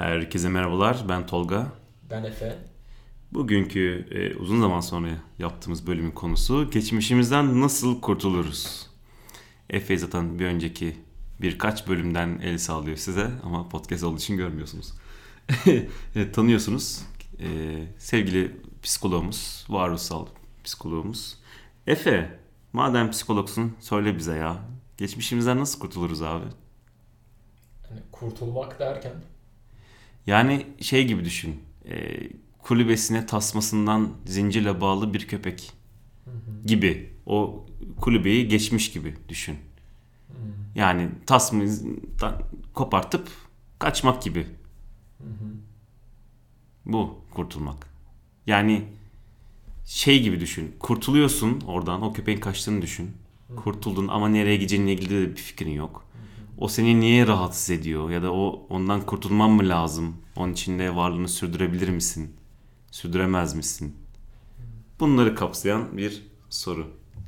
Herkese merhabalar, ben Tolga. Ben Efe. Bugünkü uzun zaman sonra yaptığımız bölümün konusu geçmişimizden nasıl kurtuluruz? Efe zaten bir önceki birkaç bölümden el sağlıyor size ama podcast olduğu için görmüyorsunuz. Evet, tanıyorsunuz. Sevgili psikologumuz, varoluşsal psikologumuz. Efe, madem psikologsun söyle bize ya. Geçmişimizden nasıl kurtuluruz abi? Yani kurtulmak derken Yani şey gibi düşün. Kulübesine tasmasından zincirle bağlı bir köpek hı hı, gibi. O kulübeyi geçmiş gibi düşün. hı Yani tasmadan kopartıp kaçmak gibi. hı, hı Bu kurtulmak. Yani şey gibi düşün. Kurtuluyorsun oradan. O köpeğin kaçtığını düşün. hı, Kurtuldun ama nereye gideceğinle ilgili de bir fikrin yok. hı hı. O seni niye rahatsız ediyor? Ya da ondan kurtulman mı lazım? Onun içinde varlığını sürdürebilir misin? Sürdüremez misin? Bunları kapsayan bir soru.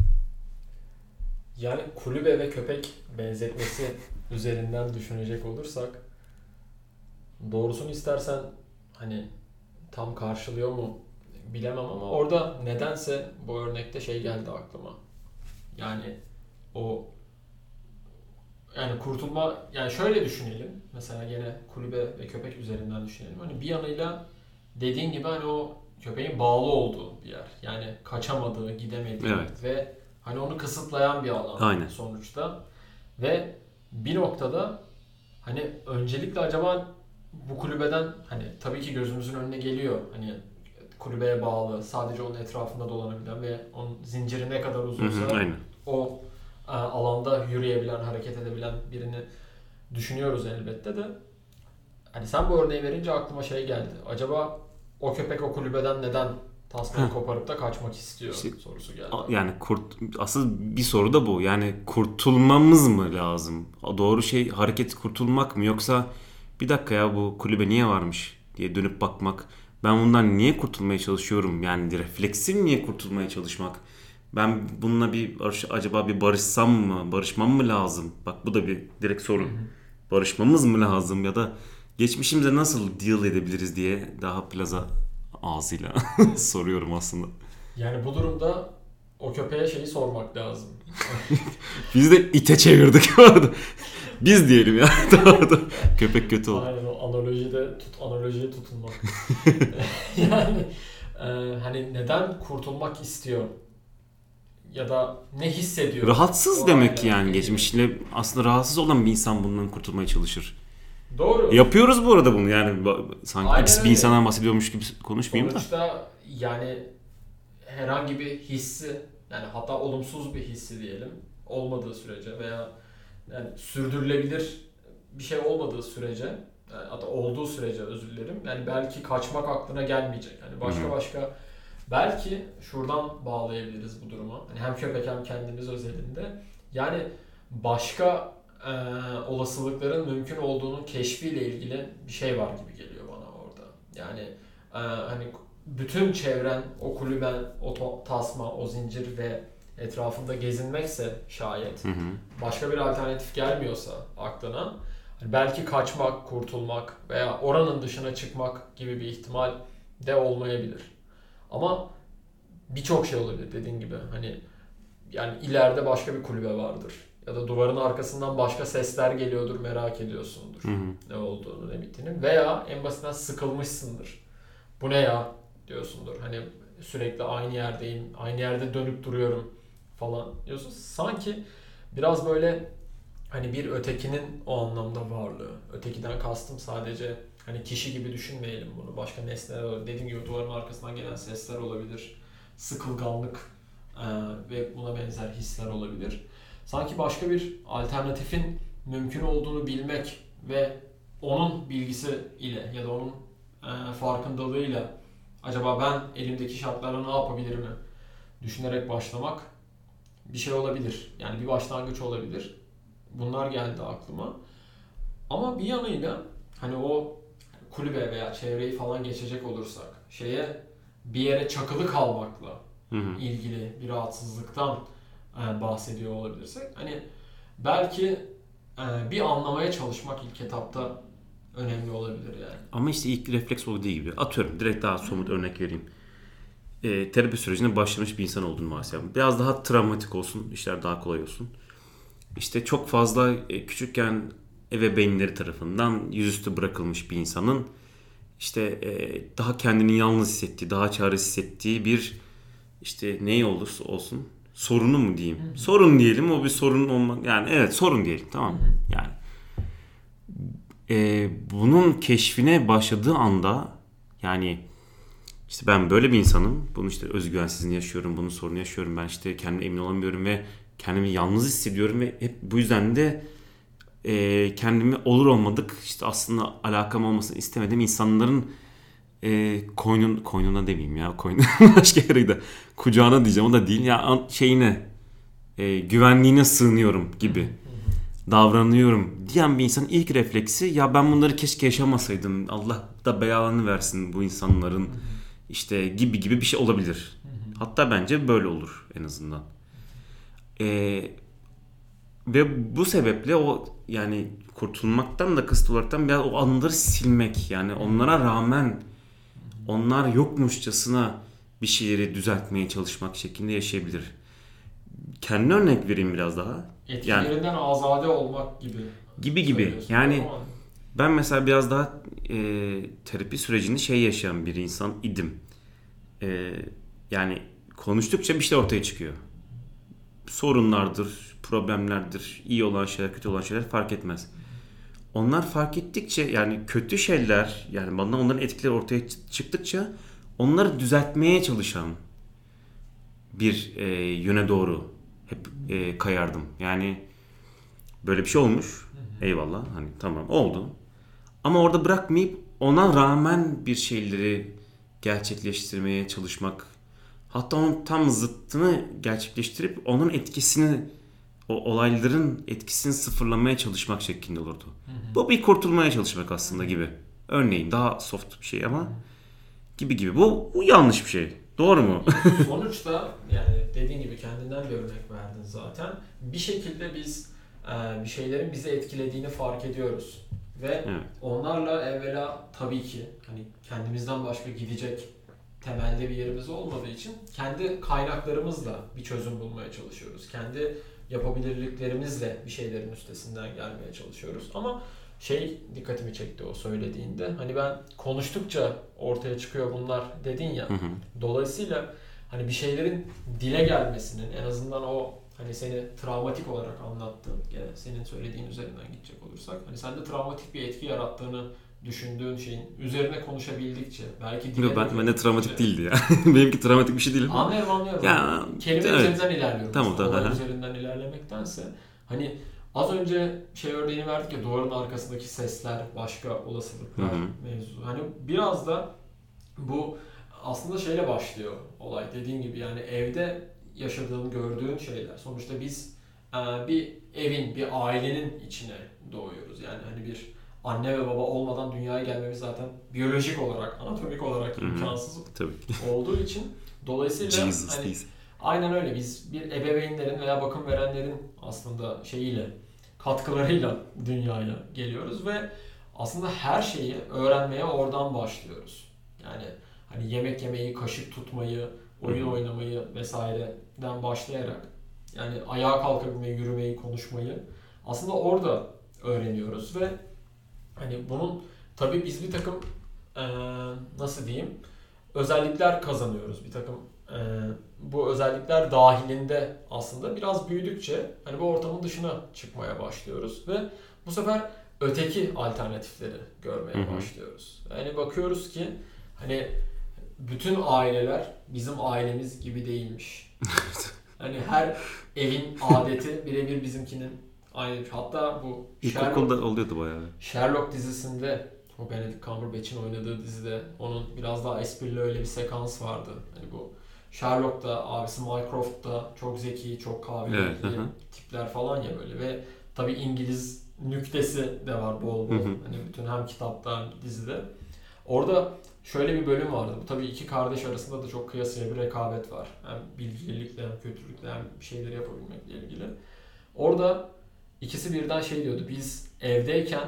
Yani kulübe ve köpek benzetmesi üzerinden düşünecek olursak doğrusunu istersen hani tam karşılıyor mu bilemem ama orada nedense bu örnekte şey geldi aklıma. Yani o yani kurtulma yani şöyle düşünelim. Mesela gene kulübe ve köpek üzerinden düşünelim. Hani bir yanıyla dediğin gibi hani o köpeğin bağlı olduğu bir yer. Yani kaçamadığı, gidemediği Evet. ve hani onu kısıtlayan bir alan Aynen. sonuçta. Ve bir noktada hani öncelikle acaba bu kulübeden hani tabii ki gözümüzün önüne geliyor. Hani kulübeye bağlı, sadece onun etrafında dolanabilen ve onun zinciri ne kadar Hı uzunsa hı, aynen. o alanda yürüyebilen, hareket edebilen birini düşünüyoruz elbette de. Hani sen bu örneği verince aklıma şey geldi. Acaba o köpek o kulübeden neden tasmayı Heh, koparıp da kaçmak istiyor işte sorusu geldi aklıma. yani asıl bir soru da bu. Yani kurtulmamız mı lazım? Doğru şey hareket kurtulmak mı yoksa bir dakika ya bu kulübe niye varmış diye dönüp bakmak. Ben bundan niye kurtulmaya çalışıyorum? Yani refleksim niye kurtulmaya çalışmak? Ben bununla acaba bir barışsam mı? Barışmam mı lazım? Bak bu da bir direkt Hı soru. hı. Barışmamız mı lazım ya da geçmişimize nasıl deal edebiliriz diye daha plaza ağzıyla soruyorum aslında. Yani bu durumda o köpeğe şeyi sormak lazım. Biz de ite çevirdik bu arada. Biz diyelim ya. Doğru. Köpek kötü oldu. Aynen o analojiye tutunmak. Yani e, hani neden kurtulmak istiyor ya da ne hissediyor Rahatsız demek ki orayla yani ilgili. geçmişle aslında rahatsız olan bir insan bundan kurtulmaya çalışır. Doğru. Yapıyoruz bu arada bunu yani sanki Aynen X bir öyle. insandan bahsediyormuş gibi konuşmayayım da. Sonuçta yani herhangi bir hissi yani hatta olumsuz bir hissi diyelim olmadığı sürece veya yani sürdürülebilir bir şey olmadığı sürece yani hatta olduğu sürece özür dilerim yani belki kaçmak aklına gelmeyecek. Hani Hı hı. başka belki şuradan bağlayabiliriz bu duruma. Hani hem köpek hem kendimiz özelinde yani başka olasılıkların mümkün olduğunun keşfiyle ilgili bir şey var gibi geliyor bana orada. Yani hani bütün çevren, o kulüben, o tasma, o zincir ve etrafında gezinmekse şayet Hı hı. başka bir alternatif gelmiyorsa aklına hani belki kaçmak, kurtulmak veya oranın dışına çıkmak gibi bir ihtimal de olmayabilir. Ama birçok şey olabilir dediğin gibi. Hani yani ileride başka bir kulübe vardır. Ya da duvarın arkasından başka sesler geliyordur, merak ediyorsundur. Hı hı. Ne olduğunu, ne bittiğini. Veya en basitinden sıkılmışsındır. Bu ne ya diyorsundur. Hani sürekli aynı yerdeyim, aynı yerde dönüp duruyorum falan diyorsun. Sanki biraz böyle hani bir ötekinin o anlamda varlığı. Ötekiden kastım sadece hani kişi gibi düşünmeyelim bunu. Başka nesneler olabilir. Dediğim gibi duvarın arkasından gelen sesler olabilir. Sıkılganlık ve buna benzer hisler olabilir. Sanki başka bir alternatifin mümkün olduğunu bilmek ve onun bilgisi ile ya da onun farkındalığıyla acaba ben elimdeki şartlarda ne yapabilirim düşünerek başlamak bir şey olabilir. Yani bir başlangıç olabilir. Bunlar geldi aklıma. Ama bir yanıyla hani o kulübe veya çevreyi falan geçecek olursak bir yere çakılı kalmakla Hı hı. ilgili bir rahatsızlıktan bahsediyor olabilirsek hani belki bir anlamaya çalışmak ilk etapta önemli olabilir yani. Ama işte ilk refleks o değil gibi. Atıyorum direkt daha somut örnek vereyim. Terapi sürecine başlamış bir insan olduğunu varsayalım. Biraz daha travmatik olsun, işler daha kolay olsun. İşte çok fazla küçükken ebeveynleri tarafından yüzüstü bırakılmış bir insanın işte daha kendini yalnız hissettiği, daha çaresiz hissettiği bir işte neyi olursa olsun sorunu mu diyeyim? Hı-hı. Sorun diyelim, o bir sorun olmak yani evet sorun diyelim, tamam mı? Yani bunun keşfine başladığı anda yani işte ben böyle bir insanım. Bunu işte özgüvensizliğini yaşıyorum. Bunun sorunu yaşıyorum. Ben işte kendime emin olamıyorum ve kendimi yalnız hissediyorum ve hep bu yüzden de kendimi olur olmadık işte aslında alakam olmasını istemediğim insanların koynuna demeyeyim ya. Koynuna başka yere de kucağına diyeceğim. O da değil. Ya şeyine güvenliğine sığınıyorum gibi davranıyorum diyen bir insanın ilk refleksi ya ben bunları keşke yaşamasaydım. Allah da belanı versin bu insanların işte gibi bir şey olabilir. Hatta bence böyle olur en azından. Ve bu sebeple o yani kurtulmaktan da kasıt olaraktan biraz o anıları silmek yani onlara rağmen onlar yokmuşçasına bir şeyleri düzeltmeye çalışmak şeklinde yaşayabilir. Kendi örnek vereyim biraz daha. Etkilerinden yani, azade olmak gibi. Yani ben mesela biraz daha terapi sürecini yaşayan bir insan idim. Yani konuştukça bir şey ortaya çıkıyor. Sorunlardır, problemlerdir, iyi olan şeyler, kötü olan şeyler fark etmez. Onlar fark ettikçe yani kötü şeyler yani bana onların etkileri ortaya çıktıkça onları düzeltmeye çalışan bir yöne doğru hep kayardım. Yani böyle bir şey olmuş. Eyvallah hani tamam oldu. Ama orada bırakmayıp ona rağmen bir şeyleri gerçekleştirmeye çalışmak. Hatta onun tam zıttını gerçekleştirip onun etkisini o olayların etkisini sıfırlamaya çalışmak şeklinde olurdu. Bu bir kurtulmaya çalışmak aslında gibi. Örneğin daha soft bir şey ama gibi. Bu yanlış bir şey. Doğru mu? Sonuçta yani dediğin gibi kendinden bir örnek verdin zaten. Bir şekilde biz bir şeylerin bizi etkilediğini fark ediyoruz. Ve evet. Onlarla evvela tabii ki hani kendimizden başka gidecek temelde bir yerimiz olmadığı için kendi kaynaklarımızla bir çözüm bulmaya çalışıyoruz. Kendi yapabilirliklerimizle bir şeylerin üstesinden gelmeye çalışıyoruz. Ama dikkatimi çekti o söylediğinde. Hani ben konuştukça ortaya çıkıyor bunlar dedin ya. Dolayısıyla hani bir şeylerin dile gelmesinin en azından o hani seni travmatik olarak anlattığın, senin söylediğin üzerinden gidecek olursak hani sende travmatik bir etki yarattığını düşündüğün şeyin üzerine konuşabildikçe belki dile bende travmatik değildi ya. Benimki travmatik bir şey değil. Anlıyorum. Ya, kelime evet. Üzerinden ilerliyorum. Tamam. Üzerinden ilerlemektense hani az önce örneğini verdik ya duvarın arkasındaki sesler, başka olasılıklar mevzu. Hani biraz da bu aslında başlıyor olay dediğin gibi yani evde yaşadığın, gördüğün şeyler. Sonuçta biz bir evin, bir ailenin içine doğuyoruz. Yani hani bir anne ve baba olmadan dünyaya gelmemiz zaten biyolojik olarak, anatomik olarak imkansız olduğu için dolayısıyla hani, aynen öyle biz bir ebeveynlerin veya bakım verenlerin aslında katkılarıyla dünyaya geliyoruz ve aslında her şeyi öğrenmeye oradan başlıyoruz. Yani hani yemek yemeyi, kaşık tutmayı, oyun oynamayı vesaireden başlayarak yani ayağa kalkabilmeyi, yürümeyi, konuşmayı aslında orada öğreniyoruz ve hani bunun tabii biz bir takım nasıl diyeyim özellikler kazanıyoruz. Bir takım bu özellikler dahilinde aslında biraz büyüdükçe hani bu ortamın dışına çıkmaya başlıyoruz ve bu sefer öteki alternatifleri görmeye başlıyoruz. Yani bakıyoruz ki hani bütün aileler bizim ailemiz gibi değilmiş. Hani her evin adeti birebir bizimkinin aynı. Hatta bu İlkokulda oluyordu bayağı. Sherlock dizisinde o Benedict Cumberbatch'in oynadığı dizide onun biraz daha esprili öyle bir sekans vardı. Hani bu Sherlock'ta abisi Mycroft'ta çok zeki, çok kabiliyetli tipler falan ya böyle ve tabii İngiliz nüktesi de var bol. Hani bütün hem kitapta hem dizide. Orada şöyle bir bölüm vardı. Bu tabii iki kardeş arasında da çok kıyasıya bir rekabet var. Hem bilgililikle hem kötülükle hem bir şeyleri yapabilmekle ilgili. Orada ikisi birden diyordu. Biz evdeyken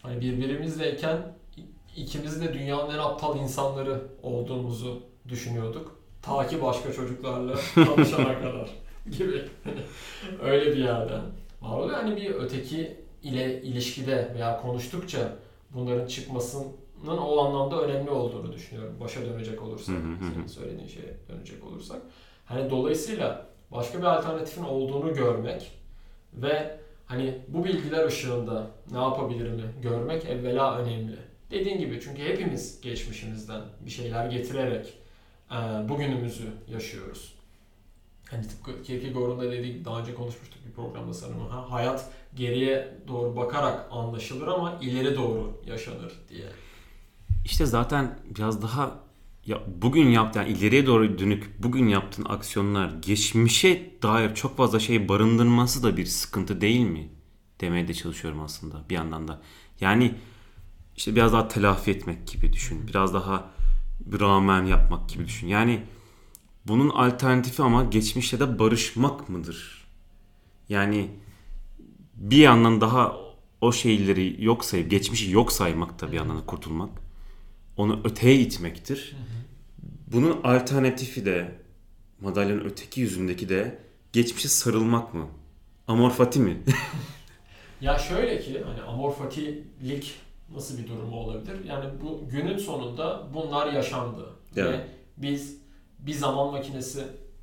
Hani birbirimizleyken ikimiz de dünyanın en aptal insanları olduğumuzu düşünüyorduk. Ta ki başka çocuklarla tanışana kadar gibi. Öyle bir yerden var oluyor. Hani bir öteki ile ilişkide veya konuştukça bunların çıkmasının o anlamda önemli olduğunu düşünüyorum. Başa dönecek olursak, senin söylediğin şeye dönecek olursak. Hani dolayısıyla başka bir alternatifin olduğunu görmek ve hani bu bilgiler ışığında ne yapabilirimi görmek evvela önemli. Dediğin gibi, çünkü hepimiz geçmişimizden bir şeyler getirerek bugünümüzü yaşıyoruz. Hani tıpkı Kierkegaard'un da dediği, daha önce konuşmuştuk bir programda sanırım. Hayat geriye doğru bakarak anlaşılır ama ileri doğru yaşanır diye. İşte zaten biraz daha bugün yaptığın, yani ileriye doğru dönük bugün yaptığın aksiyonlar geçmişe dair çok fazla şey barındırması da bir sıkıntı değil mi? Demeye de çalışıyorum aslında bir yandan da. Yani işte biraz daha telafi etmek gibi düşün. Biraz daha bir rağmen yapmak gibi düşün. Yani bunun alternatifi ama geçmişte de barışmak mıdır? Yani bir yandan daha o şeyleri yok sayıp, geçmişi yok saymak da bir yandan da kurtulmak. Onu öteye itmektir. Bunun alternatifi de, madalyonun öteki yüzündeki de geçmişe sarılmak mı? Amor fati mi? Ya şöyle ki, hani amor fatilik nasıl bir durumu olabilir? Yani bu günün sonunda bunlar yaşandı. Evet. Ve biz bir zaman makinesi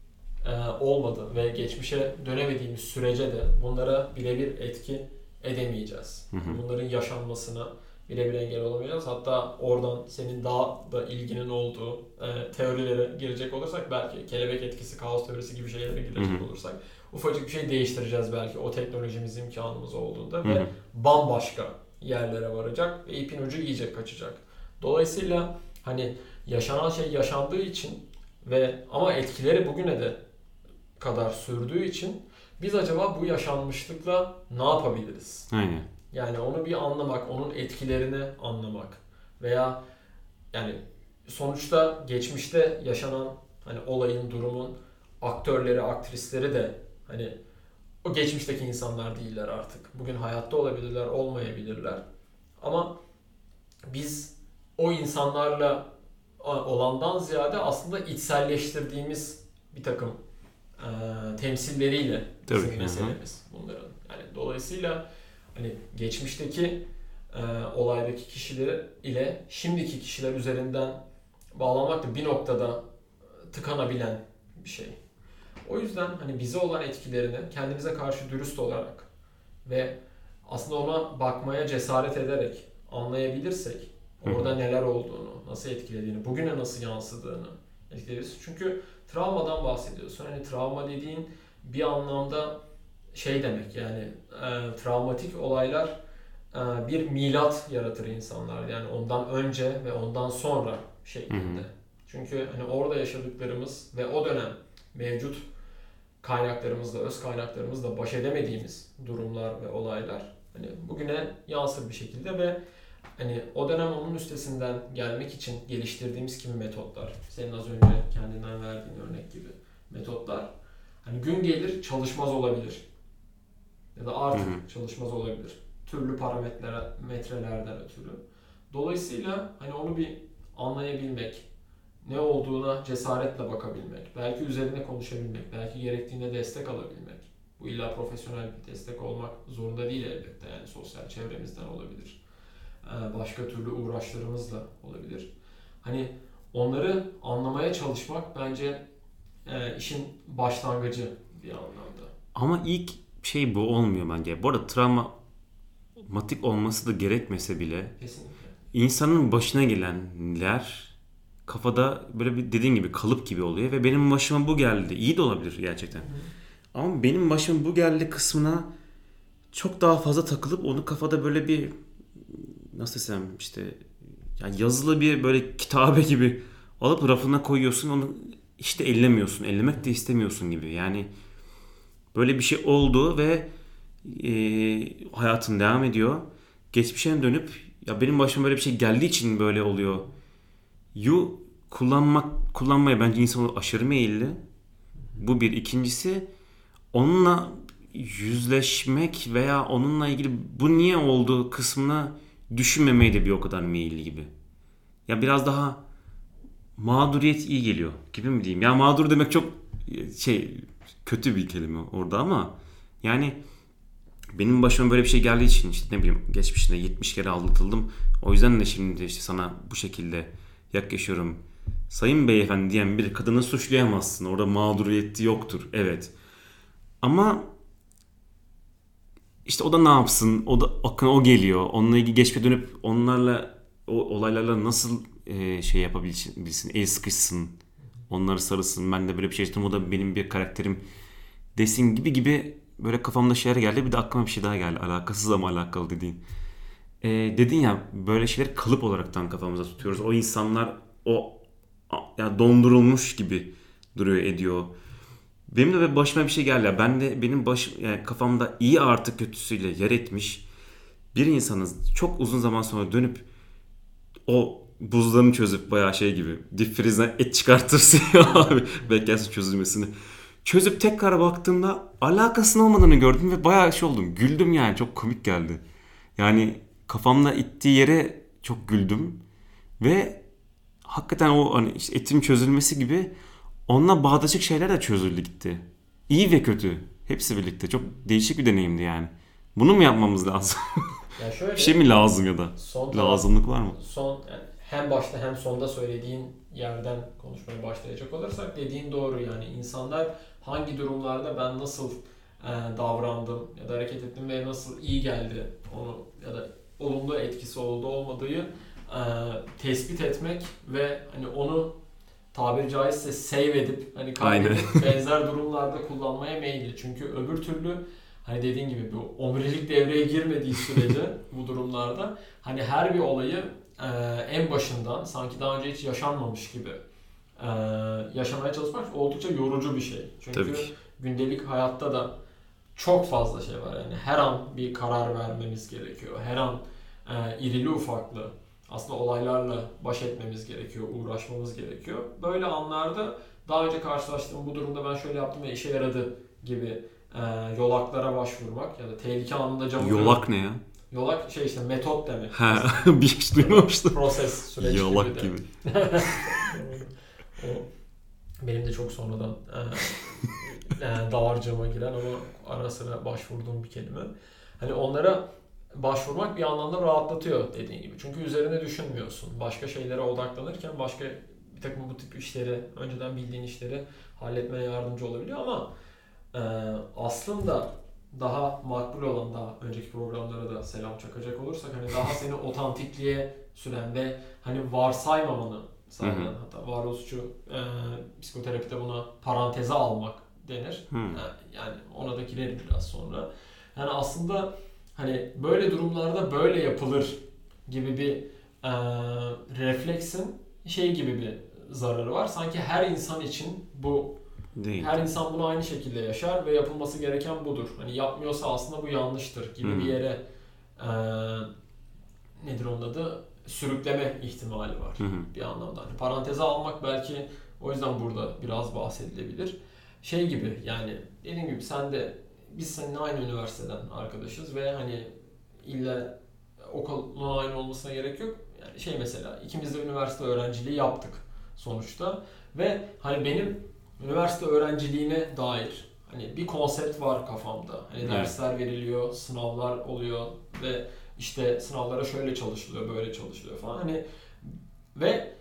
olmadı ve geçmişe dönemediğimiz sürece de bunlara birebir etki edemeyeceğiz. Bunların yaşanmasına birebir engel olamayacağız. Hatta oradan senin daha da ilginin olduğu teorilere girecek olursak, belki kelebek etkisi, kaos teorisi gibi şeylere girecek olursak, ufacık bir şey değiştireceğiz belki o teknolojimiz, imkanımız olduğunda ve bambaşka yerlere varacak ve ipin ucu iyice kaçacak. Dolayısıyla hani yaşanan şey yaşandığı için ve ama etkileri bugüne de kadar sürdüğü için biz acaba bu yaşanmışlıkla ne yapabiliriz? Aynen. Yani onu bir anlamak, onun etkilerini anlamak veya yani sonuçta geçmişte yaşanan hani olayın, durumun aktörleri, aktrisleri de hani o geçmişteki insanlar değiller artık. Bugün hayatta olabilirler, olmayabilirler. Ama biz o insanlarla olandan ziyade aslında içselleştirdiğimiz bir takım temsilleriyle bizim meselemiz bunların. Yani dolayısıyla hani geçmişteki olaydaki kişiler ile şimdiki kişiler üzerinden bağlamak da bir noktada tıkanabilen bir şey. O yüzden hani bize olan etkilerini kendimize karşı dürüst olarak ve aslında ona bakmaya cesaret ederek anlayabilirsek, orada neler olduğunu, nasıl etkilediğini, bugüne nasıl yansıdığını etkileriz. Çünkü travmadan bahsediyorsun. Hani travma dediğin bir anlamda şey demek, yani travmatik olaylar bir milat yaratır insanlar. Yani ondan önce ve ondan sonra şeklinde. Çünkü hani orada yaşadıklarımız ve o dönem mevcut kaynaklarımızla, öz kaynaklarımızla baş edemediğimiz durumlar ve olaylar hani bugüne yansır bir şekilde ve hani o dönem onun üstesinden gelmek için geliştirdiğimiz kimi metotlar, senin az önce kendinden verdiğin örnek gibi metotlar hani gün gelir çalışmaz olabilir ya da artık çalışmaz olabilir. Türlü parametrelerden ötürü. Dolayısıyla hani onu bir anlayabilmek, ne olduğuna cesaretle bakabilmek, belki üzerine konuşabilmek, belki gerektiğinde destek alabilmek. Bu illa profesyonel bir destek olmak zorunda değil elbette, yani sosyal çevremizden olabilir. Başka türlü uğraşlarımızla olabilir. Hani onları anlamaya çalışmak bence işin başlangıcı bir anlamda. Ama ilk şey bu olmuyor bence. Bu arada travmatik olması da gerekmese bile Kesinlikle. insanın başına gelenler kafada böyle bir dediğin gibi kalıp gibi oluyor ve benim başıma bu geldi. İyi de olabilir gerçekten. Ama benim başıma bu geldi kısmına çok daha fazla takılıp onu kafada böyle bir nasıl desem işte yani yazılı bir böyle kitabe gibi alıp rafına koyuyorsun, onu işte ellemiyorsun. Ellemek de istemiyorsun gibi. Yani böyle bir şey oldu ve hayatın devam ediyor. Geçmişe dönüp ya benim başıma böyle bir şey geldiği için böyle oluyor. Kullanmaya bence insan aşırı meyilli. Bu bir. İkincisi onunla yüzleşmek veya onunla ilgili bu niye oldu kısmına düşünmemeye de bir o kadar meyilli gibi. Ya biraz daha mağduriyet iyi geliyor gibi mi diyeyim? Ya mağdur demek çok kötü bir kelime orada ama yani benim başıma böyle bir şey geldiği için işte ne bileyim geçmişte 70 kere aldatıldım. O yüzden de şimdi işte sana bu şekilde yaklaşıyorum. Sayın beyefendi diyen bir kadını suçlayamazsın. Orada mağduriyeti yoktur. Evet. Ama işte o da ne yapsın? O da aklına o geliyor. Onunla ilgili geçmişe dönüp onlarla o olaylarla nasıl yapabilsin, el sıkışsın, onları sarılsın. Ben de böyle bir şey yaşadım. O da benim bir karakterim desin gibi böyle kafamda şeyler geldi. Bir de aklıma bir şey daha geldi. Alakasız ama alakalı dediğin. Dedin ya böyle şeyleri kalıp olaraktan kafamıza tutuyoruz. O insanlar ya dondurulmuş gibi duruyor ediyor. Benim de başıma bir şey geldi. Ben de benim yani kafamda iyi artı kötüsüyle yer etmiş bir insanın çok uzun zaman sonra dönüp o buzlarını çözüp bayağı şey gibi dip frizden et çıkartırsın ya abi beklersin çözülmesini. Çözüp tekrar baktığımda alakasının olmadığını gördüm ve bayağı şey oldum. Güldüm yani çok komik geldi. Yani kafamda ittiği yere çok güldüm ve hakikaten o hani işte etin çözülmesi gibi onunla bağdaşık şeyler de çözüldü gitti. İyi ve kötü. Hepsi birlikte. Çok değişik bir deneyimdi yani. Bunu mu yapmamız lazım? Ya şöyle, bir şey mi lazım ya da? Lazımlık var mı? Yani hem başta hem sonda söylediğin yerden konuşmaya başlayacak olursak dediğin doğru yani insanlar hangi durumlarda ben nasıl davrandım ya da hareket ettim ve nasıl iyi geldi onu ya da olumlu etkisi oldu olmadığı tespit etmek ve hani onu tabiri caizse save edip hani kaydedip benzer durumlarda kullanmaya meyilli. Çünkü öbür türlü hani dediğin gibi bu omurilik devreye girmediği sürece bu durumlarda hani her bir olayı en başından sanki daha önce hiç yaşanmamış gibi yaşamaya çalışmak oldukça yorucu bir şey. Çünkü gündelik hayatta da çok fazla şey var. Yani her an bir karar vermemiz gerekiyor. Her an irili ufaklı aslında olaylarla baş etmemiz gerekiyor, uğraşmamız gerekiyor. Böyle anlarda daha önce karşılaştığım bu durumda ben şöyle yaptım ve işe yaradı gibi yolaklara başvurmak ya da tehlike anında camı Yolak ne ya? Yolak işte metot demek. Ha, bir hiç duymamıştım. Proses, süreç Yolak gibi. O benim de çok sonradan dağarcığıma giren ama ara sıra başvurduğum bir kelime. Hani onlara başvurmak bir anlamda rahatlatıyor dediğin gibi. Çünkü üzerine düşünmüyorsun. Başka şeylere odaklanırken başka bir takım bu tip işleri, önceden bildiğin işleri halletmeye yardımcı olabiliyor ama aslında daha makbul olan, daha önceki programlara da selam çakacak olursak hani daha seni otantikliğe süren ve hani varsaymamanı sağlayan, hatta varoluşçu psikoterapide buna paranteze almak denir. Yani ona da girelim biraz sonra. Yani aslında hani böyle durumlarda böyle yapılır gibi bir refleksin şey gibi bir zararı var. Sanki her insan için bu değil. Her insan bunu aynı şekilde yaşar ve yapılması gereken budur. Hani yapmıyorsa aslında bu yanlıştır gibi bir yere nedir onun adı? Sürükleme ihtimali var bir anlamda. Hani paranteze almak belki o yüzden burada biraz bahsedilebilir. Şey gibi yani dediğim gibi biz seninle aynı üniversiteden arkadaşız ve hani illa okulun aynı olmasına gerek yok. Yani mesela ikimiz de üniversite öğrenciliği yaptık sonuçta ve hani benim üniversite öğrenciliğine dair hani bir konsept var kafamda. Hani dersler veriliyor, sınavlar oluyor ve işte sınavlara şöyle çalışılıyor, böyle çalışılıyor falan. Hani ve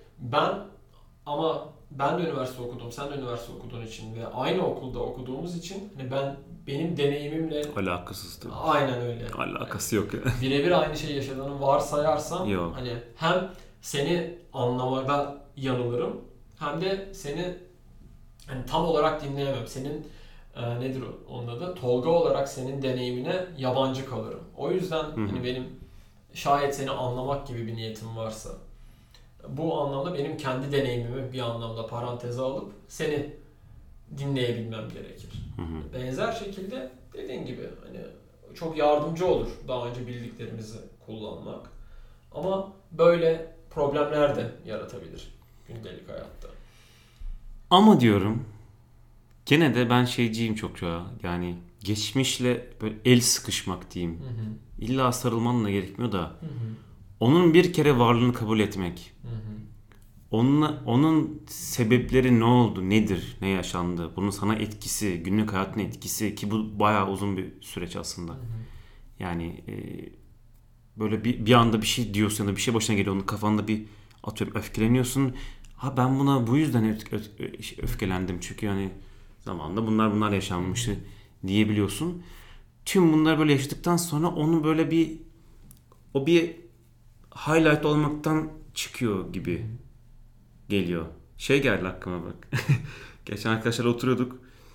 ben de üniversite okudum, sen de üniversite okuduğun için ve aynı okulda okuduğumuz için hani benim deneyimimle alakasızdı. Aynen öyle. Alakası yok ya. Birebir aynı şey yaşadığını varsayarsam hani hem seni anlamada yanılırım hem de seni hani tam olarak dinleyemem. Senin nedir onun adı? Tolga olarak senin deneyimine yabancı kalırım. O yüzden hani benim şayet seni anlamak gibi bir niyetim varsa bu anlamda benim kendi deneyimimi bir anlamda paranteze alıp seni dinleyebilmem gerekir. Benzer şekilde dediğin gibi hani çok yardımcı olur daha önce bildiklerimizi kullanmak. Ama böyle problemler de yaratabilir gündelik hayatta. Ama diyorum gene de ben şeyciyim çok ya. Yani geçmişle böyle el sıkışmak diyeyim. İlla sarılman da gerekmiyor da Onun bir kere varlığını kabul etmek. Hı hı. Onun sebepleri ne oldu, nedir, ne yaşandı, bunun sana etkisi, günlük hayatına etkisi ki bu bayağı uzun bir süreç aslında. Hı hı. Yani böyle bir anda bir şey diyorsun ya da bir şey başına geliyor, onun kafanda bir atıyorum öfkeleniyorsun. Ha ben buna bu yüzden öfkelendim çünkü yani zamanında bunlar yaşanmıştı diyebiliyorsun. Tüm bunlar böyle yaşadıktan sonra onu böyle bir highlight olmaktan çıkıyor gibi geliyor. Şey geldi aklıma bak. Geçen arkadaşlarla oturuyorduk.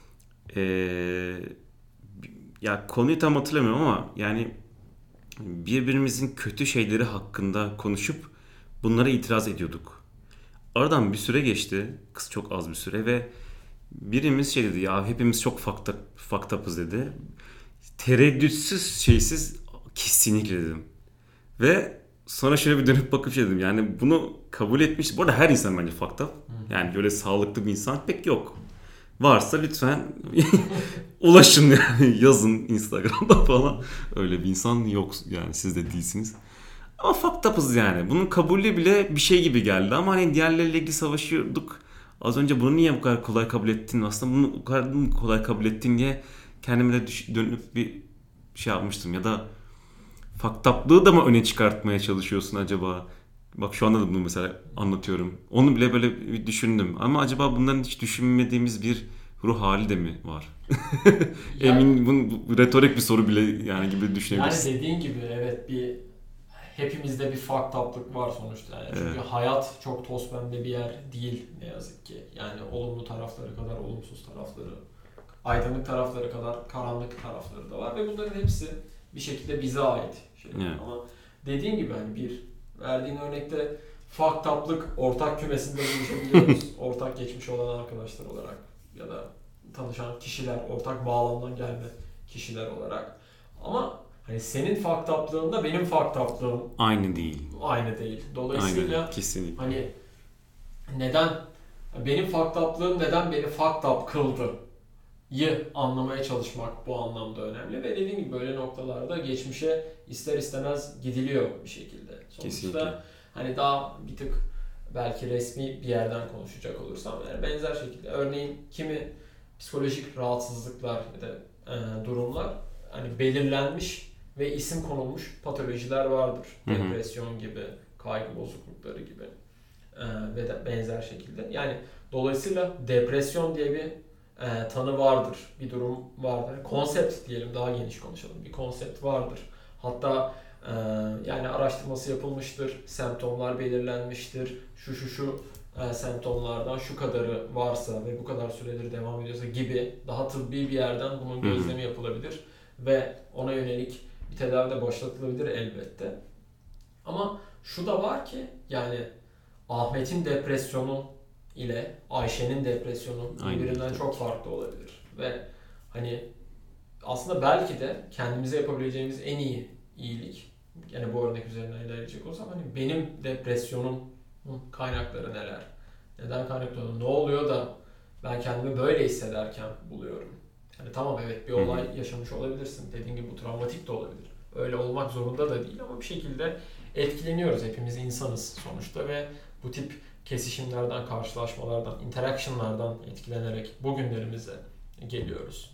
Ya konuyu tam hatırlamıyorum ama yani birbirimizin kötü şeyleri hakkında konuşup bunlara itiraz ediyorduk. Aradan bir süre geçti. Kız çok az bir süre ve birimiz şey dedi ya hepimiz çok fucked up'ız dedi. Tereddütsüz şeysiz kesinlikle dedim. Ve sonra şöyle bir dönüp bakıp şey dedim yani bunu kabul etmiş. Bu arada her insan bence fucked up. Yani böyle sağlıklı bir insan pek yok. Varsa lütfen ulaşın yani yazın Instagram'da falan. Öyle bir insan yok yani siz de değilsiniz. Ama fucked up'ız yani. Bunun kabulü bile bir şey gibi geldi ama hani diğerleriyle ilgili savaşıyorduk. Az önce bunu niye bu kadar kolay kabul ettin? Aslında bunu bu kadar kolay kabul ettin diye kendime de dönüp bir şey yapmıştım. Ya da fucked up'lığı da mı öne çıkartmaya çalışıyorsun acaba? Bak şu anda da bunu mesela anlatıyorum. Onu bile böyle bir düşündüm. Ama acaba bunların hiç düşünmediğimiz bir ruh hali de mi var? Emin bu retorik bir soru bile yani gibi düşünebilirsin. Yani dediğin gibi evet hepimizde bir fucked up'lık var sonuçta. Yani çünkü hayat çok toz pembe bir yer değil ne yazık ki. Yani olumlu tarafları kadar olumsuz tarafları, aydınlık tarafları kadar karanlık tarafları da var ve bunların hepsi bir şekilde bize ait şeyler. Evet. Ama dediğin gibi hani verdiğin örnekte fucked up'lık ortak kümesinde buluşabiliyoruz. Ortak geçmiş olan arkadaşlar olarak ya da tanışan kişiler, ortak bağlamdan gelme kişiler olarak. Ama hani senin fucked up'lığınla benim fucked up'lığım aynı değil. Aynı değil. Dolayısıyla Aynen, kesinlikle. hani benim fucked up'lığım neden beni fucked up kıldı? Anlamaya çalışmak bu anlamda önemli ve dediğim gibi böyle noktalarda geçmişe ister istemez gidiliyor bir şekilde. Sonuçta Kesinlikle. hani daha bir tık belki resmi bir yerden konuşacak olursam yani benzer şekilde örneğin kimi psikolojik rahatsızlıklar ya da durumlar hani belirlenmiş ve isim konulmuş patolojiler vardır. Hı hı. Depresyon gibi, kaygı bozuklukları gibi ve de benzer şekilde. Yani dolayısıyla depresyon diye bir tanı vardır, bir durum vardır. Konsept diyelim daha geniş konuşalım. Bir konsept vardır. Hatta yani araştırması yapılmıştır, semptomlar belirlenmiştir. Şu semptomlardan şu kadarı varsa ve bu kadar süredir devam ediyorsa gibi daha tıbbi bir yerden bunun gözlemi yapılabilir ve ona yönelik bir tedavi de başlatılabilir elbette. Ama şu da var ki yani Ahmet'in depresyonu ile Ayşe'nin depresyonu birbirinden çok farklı olabilir. Ve hani aslında belki de kendimize yapabileceğimiz en iyi iyilik yani bu örnek üzerinden ilerleyecek olsam hani benim depresyonumun kaynakları neler? Neden kaynaklanıyor? Ne oluyor da ben kendimi böyle hissederken buluyorum? Yani tamam evet bir olay yaşamış olabilirsin. Dediğin gibi bu travmatik de olabilir. Öyle olmak zorunda da değil ama bir şekilde etkileniyoruz. Hepimiz insanız sonuçta ve bu tip kesişimlerden, karşılaşmalardan, interactionlardan etkilenerek bugünlerimize geliyoruz.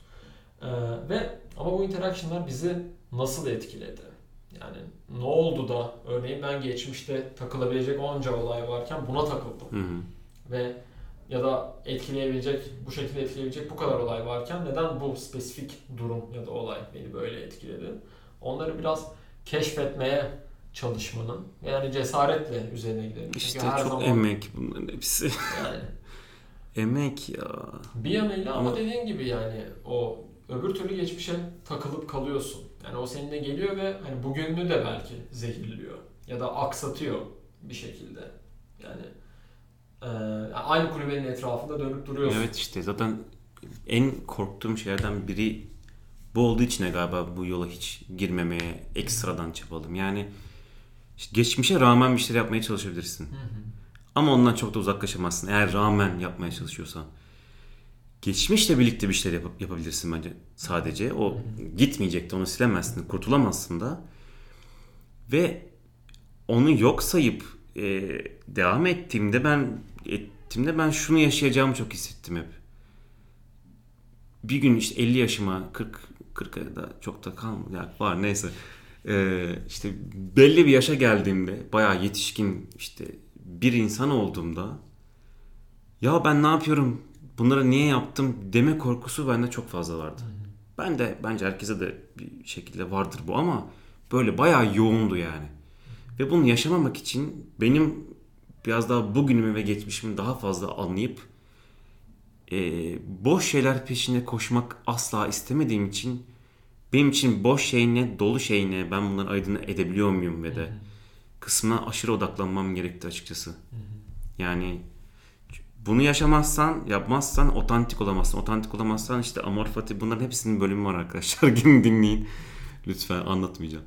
Ama bu interactionlar bizi nasıl etkiledi? Yani ne oldu da örneğin ben geçmişte takılabilecek onca olay varken buna takıldım. Hı hı. Ve ya da bu şekilde etkileyebilecek bu kadar olay varken neden bu spesifik durum ya da olay beni böyle etkiledi? Onları biraz keşfetmeye çalışmanın yani cesaretle üzerine gidelim. İşte çünkü her çok zaman, emek bunların hepsi. yani Emek ya. bir yanıyla ama dediğin gibi yani o öbür türlü geçmişe takılıp kalıyorsun. Yani o seninle geliyor ve hani bugününü de belki zehirliyor ya da aksatıyor bir şekilde. Yani aynı kulübenin etrafında dönüp duruyorsun. Evet işte zaten en korktuğum şeylerden biri bu olduğu için galiba bu yola hiç girmemeye ekstradan çabaladım. Yani işte geçmişe rağmen bir şeyler yapmaya çalışabilirsin. Ama ondan çok da uzaklaşamazsın eğer rağmen yapmaya çalışıyorsan. Geçmişle birlikte bir şeyler yapabilirsin bence sadece. O gitmeyecekti, onu silemezsin, kurtulamazsın da. Ve onu yok sayıp devam ettiğimde ben şunu yaşayacağımı çok hissettim hep. Bir gün işte 50 yaşıma 40'a da çok da kalmadı. Yani var neyse. İşte belli bir yaşa geldiğimde bayağı yetişkin işte bir insan olduğumda ya ben ne yapıyorum? Bunları niye yaptım deme korkusu bende çok fazla vardı. Ben de bence herkese de bir şekilde vardır bu ama böyle bayağı yoğundu yani. Ve bunu yaşamamak için benim biraz daha bugünümü ve geçmişimi daha fazla anlayıp boş şeyler peşinde koşmak asla istemediğim için benim için boş şey ne, dolu şey ne, ben bunları ayırt edebiliyor muyum ve de kısmına aşırı odaklanmam gerekti açıkçası. Yani bunu yaşamazsan, yapmazsan otantik olamazsın. Otantik olamazsan işte Amor Fati, bunların hepsinin bölümü var arkadaşlar. Gidin dinleyin. Lütfen, anlatmayacağım.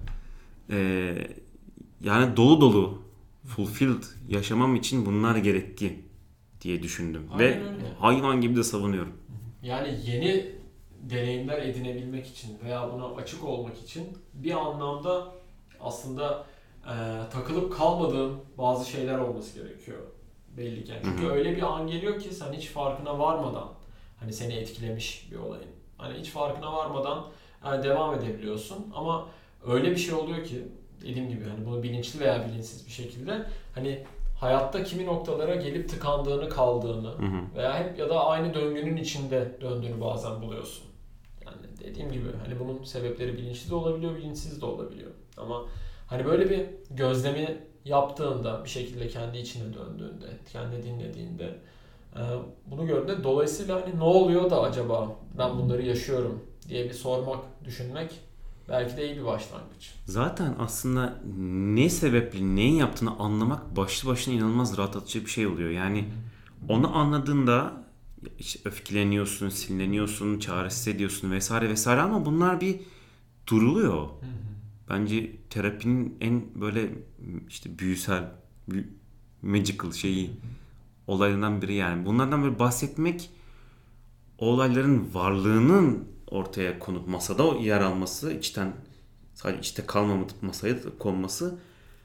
Yani dolu dolu, fulfilled yaşamam için bunlar gerekli diye düşündüm. Aynen ve öyle. hayvan gibi de savunuyorum. Yani yeni deneyimler edinebilmek için veya buna açık olmak için bir anlamda aslında takılıp kalmadığın bazı şeyler olması gerekiyor belliyken. Çünkü öyle bir an geliyor ki sen hiç farkına varmadan hani seni etkilemiş bir olayın. Hani hiç farkına varmadan devam edebiliyorsun ama öyle bir şey oluyor ki dediğim gibi hani bunu bilinçli veya bilinçsiz bir şekilde hani hayatta kimi noktalara gelip tıkandığını, kaldığını veya hep ya da aynı döngünün içinde döndüğünü bazen buluyorsun. Yani dediğim gibi hani bunun sebepleri bilinçli de olabiliyor, bilinçsiz de olabiliyor. Ama hani böyle bir gözlemi yaptığında, bir şekilde kendi içine döndüğünde, kendi dinlediğinde bunu gördüğünde dolayısıyla hani ne oluyor da acaba ben bunları yaşıyorum diye bir sormak, düşünmek belki de iyi bir başlangıç. Zaten aslında ne sebeple neyin yaptığını anlamak başlı başına inanılmaz rahatlatıcı bir şey oluyor. Yani onu anladığında işte öfkeleniyorsun, sinirleniyorsun, çaresiz ediyorsun vesaire vesaire ama bunlar bir duruluyor. Bence terapinin en böyle işte büyüsel, magical şeyi olaylarından biri yani. Bunlardan böyle bahsetmek, o olayların varlığının ortaya konup masada yer alması, içten sadece içte kalmamayıp masaya konması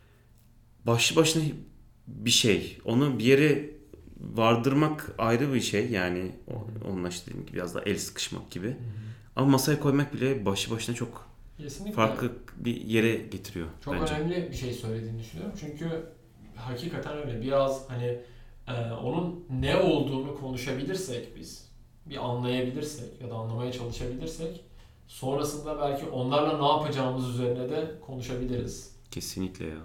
başlı başına bir şey. Onu bir yere vardırmak ayrı bir şey. Yani onunla işte dediğim gibi biraz daha el sıkışmak gibi. Ama masaya koymak bile başlı başına çok Kesinlikle. farklı bir yere getiriyor çok bence. önemli bir şey söylediğini düşünüyorum. Çünkü hakikaten öyle. Biraz hani onun ne olduğunu konuşabilirsek biz, bir anlayabilirsek ya da anlamaya çalışabilirsek sonrasında belki onlarla ne yapacağımız üzerine de konuşabiliriz. Kesinlikle ya.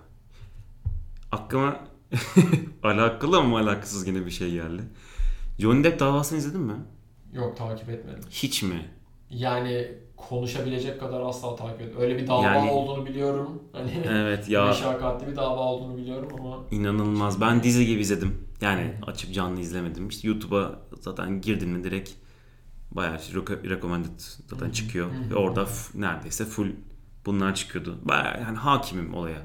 Aklıma alakalı ama alakasız yine bir şey geldi. Johnny Depp davasını izledin mi? Yok, takip etmedim. Hiç mi? Yani konuşabilecek kadar asla takip etmedim. Öyle bir dava Yani- olduğunu biliyorum. Hani Evet ya, meşakkatli bir dava olduğunu biliyorum ama inanılmaz. Ben dizi gibi izledim. Yani açıp canlı izlemedim. İşte YouTube'a zaten girdin mi direkt bayağı recommended zaten çıkıyor. Ve orada neredeyse full bunlar çıkıyordu. Bayağı yani hakimim olaya.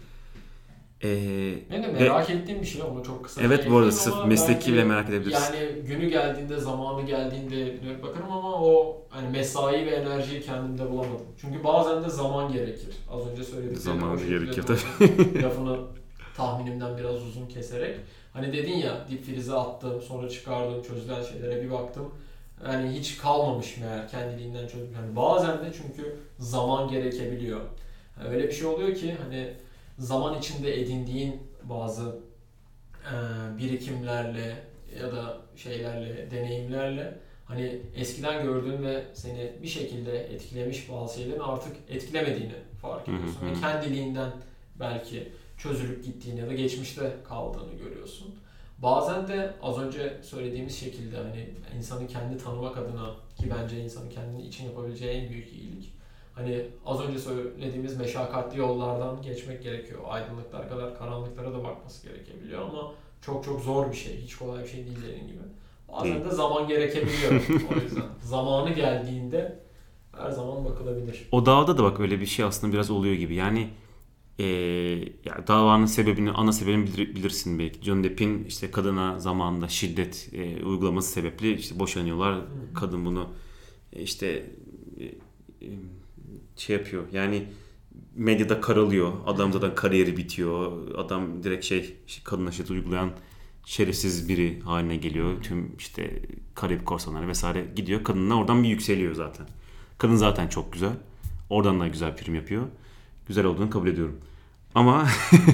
benim de Ve merak ettiğim bir şey, onu çok kısa evet, bu arada ekleyeyim sırf ama mesleki bile belki merak edebilirsin. yani günü geldiğinde, zamanı geldiğinde dönüp bakarım ama o hani mesai ve enerjiyi kendimde bulamadım. Çünkü bazen de zaman gerekir. Az önce söylediklerim Zaman o şekilde gerekir doğru. Lafını tahminimden biraz uzun keserek. Hani dedin ya, dip frize attım, sonra çıkardım, çözülen şeylere bir baktım. Yani hiç kalmamış meğer kendiliğinden çözülmüş. Hani bazen de çünkü zaman gerekebiliyor. Yani öyle bir şey oluyor ki hani zaman içinde edindiğin bazı birikimlerle ya da şeylerle, deneyimlerle hani eskiden gördüğün ve seni bir şekilde etkilemiş bazı şeylerin artık etkilemediğini fark ediyorsun. Ve kendiliğinden belki çözülüp gittiğini ya da geçmişte kaldığını görüyorsun. Bazen de az önce söylediğimiz şekilde hani insanın kendi tanımak adına, ki bence insanın kendini için yapabileceği en büyük iyilik, hani az önce söylediğimiz meşakkatli yollardan geçmek gerekiyor. Aydınlıklar kadar karanlıklara da bakması gerekebiliyor ama çok çok zor bir şey. Hiç kolay bir şey değil dediğin gibi. Bazen de zaman gerekebiliyor. O yüzden zamanı geldiğinde her zaman bakılabilir. O davada da bak öyle bir şey aslında biraz oluyor gibi. Yani ya davanın sebebini, ana sebebini bilirsin belki. Johnny Depp'in işte kadına zamanında şiddet uygulaması sebeple işte boşanıyorlar. Kadın bunu işte şey yapıyor. Yani medyada karalıyor. Adam zaten kariyeri bitiyor. Adam direkt kadına şiddet uygulayan şerefsiz biri haline geliyor. Tüm işte Karayip Korsanları vesaire gidiyor. Kadınla oradan bir yükseliyor zaten. Kadın zaten çok güzel. Oradan da güzel prim yapıyor. Güzel olduğunu kabul ediyorum. Ama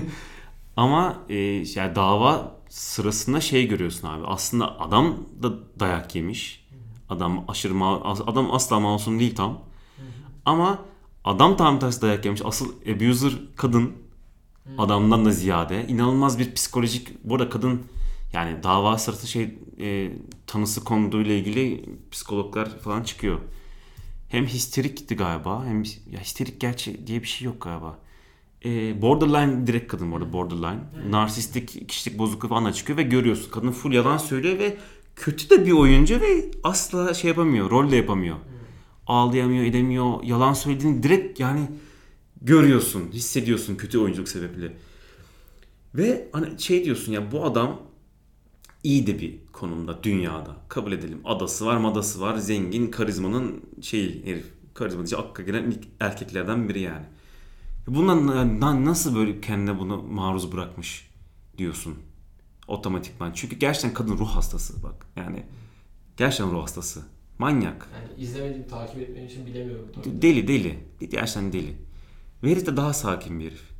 yani dava sırasında görüyorsun abi. Aslında adam da dayak yemiş. Adam adam asla masum değil tam. Ama adam tam tersi dayak yemiş. Asıl abuser kadın adamdan da ziyade. İnanılmaz bir psikolojik... Bu arada kadın yani dava sırasında tanısı konduğuyla ilgili psikologlar falan çıkıyor. Hem histerikti galiba hem ya histerik gerçi diye bir şey yok galiba. Borderline direkt kadın bu arada borderline. Narsistik kişilik bozukluğu falan da çıkıyor ve görüyorsun. Kadın full yalan söylüyor ve kötü de bir oyuncu ve asla yapamıyor. Rol de yapamıyor. Ağlayamıyor, edemiyor. Yalan söylediğini direkt yani görüyorsun, hissediyorsun kötü oyunculuk sebeple. Ve hani diyorsun ya bu adam iyi de bir konumda dünyada. Kabul edelim. Adası var, madası var. Zengin, karizmanın herif. Karizmacı akla gelen ilk erkeklerden biri yani. Bundan nasıl böyle kendine bunu maruz bırakmış diyorsun otomatikman. Çünkü gerçekten kadın ruh hastası bak. Yani gerçekten ruh hastası. Manyak. Yani izlemediğim, takip etmediğim için bilemiyorum. Tabii. Deli. Gerçekten deli. Ve herif de daha sakin bir herif.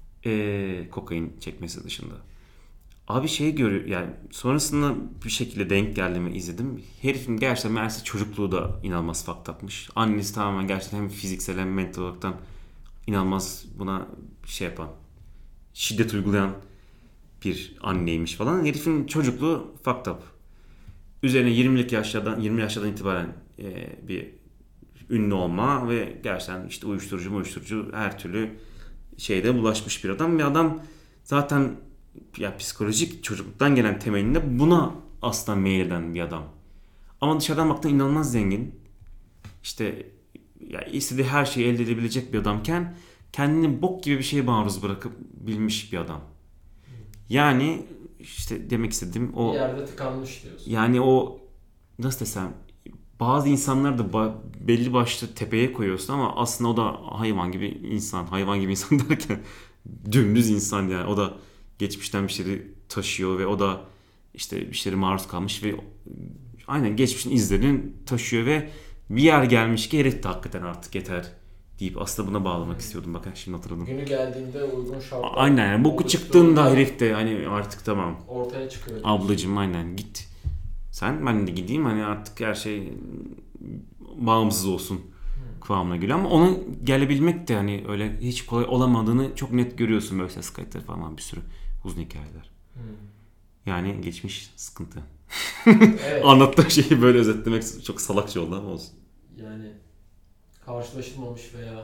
Kokain çekmesi dışında. Abi görüyor yani sonrasında bir şekilde denk geldiğimi izledim. Herifin gerçekten meğerse çocukluğu da inanılmaz fucked up'mış. Annesi tamamen gerçekten hem fiziksel hem mental olaraktan inanılmaz buna yapan, şiddet uygulayan bir anneymiş falan. Herifin çocukluğu fucked up. Üzerine 20 yaşlardan itibaren bir ünlü olma ve gerçekten işte uyuşturucu her türlü bulaşmış bir adam ve adam zaten ya psikolojik çocukluktan gelen temelinde buna asla meyleden bir adam. Ama dışarıdan baktığında inanılmaz zengin. İşte ya istediği her şeyi elde edebilecek bir adamken kendini bok gibi bir şeye maruz bırakıp bilmiş bir adam. Yani işte demek istediğim o... Bir yerde tıkanmış diyorsun. Yani o nasıl desem bazı insanları da belli başlı tepeye koyuyorsun ama aslında o da hayvan gibi insan. Hayvan gibi insan derken dümdüz insan yani. O da geçmişten bir şeyleri taşıyor ve o da işte bir şeylere maruz kalmış ve aynen geçmişin izlerini taşıyor ve bir yer gelmiş ki herif de hakikaten artık yeter deyip aslında buna bağlamak istiyordum. Bak şimdi hatırladım. Günü geldiğinde uygun şartlar. Aynen yani boku çıktığında herif de hani artık tamam. Ortaya çıkıyor. Ablacığım aynen git. Ben de gideyim hani artık her şey bağımsız olsun kıvamına geliyor ama ona gelebilmek de hani öyle hiç kolay olamadığını çok net görüyorsun böyle ses kayıtları falan bir sürü uzun hikayeler. Yani geçmiş sıkıntı. Evet. Anlattığım şeyi böyle özetlemek çok salakça oldu ama olsun. Yani karşılaşılmamış veya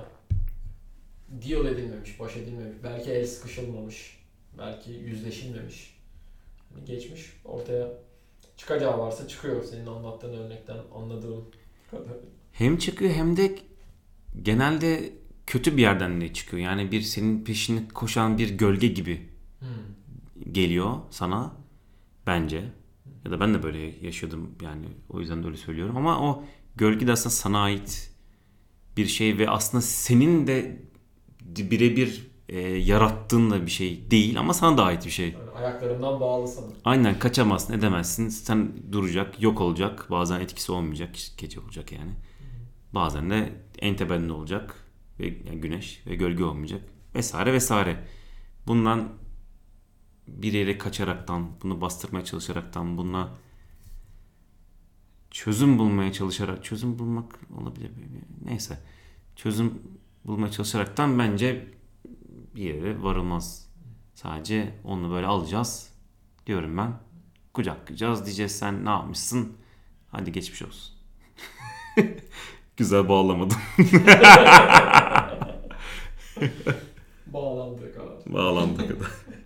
deal edilmemiş, baş edilmemiş, belki el sıkışılmamış, belki yüzleşilmemiş. Yani geçmiş ortaya çıkacağı varsa çıkıyor senin anlattığın örnekten anladığım kadarıyla. Hem çıkıyor hem de genelde kötü bir yerden de çıkıyor. Yani bir senin peşini koşan bir gölge gibi geliyor sana bence. Ya da ben de böyle yaşadım yani o yüzden de öyle söylüyorum. Ama o gölge de aslında sana ait bir şey ve aslında senin de birebir yarattığın da bir şey değil ama sana da ait bir şey. Yani ayaklarından bağlı sana. Aynen kaçamazsın edemezsin. Sen duracak, yok olacak. Bazen etkisi olmayacak, gece olacak yani. Bazen de en tepende olacak ve yani güneş ve gölge olmayacak vesaire vesaire. Bundan bir yere kaçaraktan, bunu bastırmaya çalışaraktan, bununla çözüm bulmaya çalışarak, çözüm bulmak olabilir. Neyse. Çözüm bulmaya çalışaraktan bence bir yere varılmaz. Sadece onu böyle alacağız diyorum ben. Kucaklayacağız diyeceğiz sen ne yapmışsın? Hadi geçmiş olsun. Güzel bağlamadım. Bağlandık abi. Bağlandık.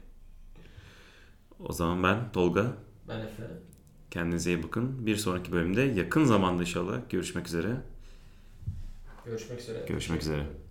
O zaman ben Tolga. Ben Efe. Kendinize iyi bakın. Bir sonraki bölümde yakın zamanda inşallah görüşmek üzere. Görüşmek üzere. Görüşmek üzere.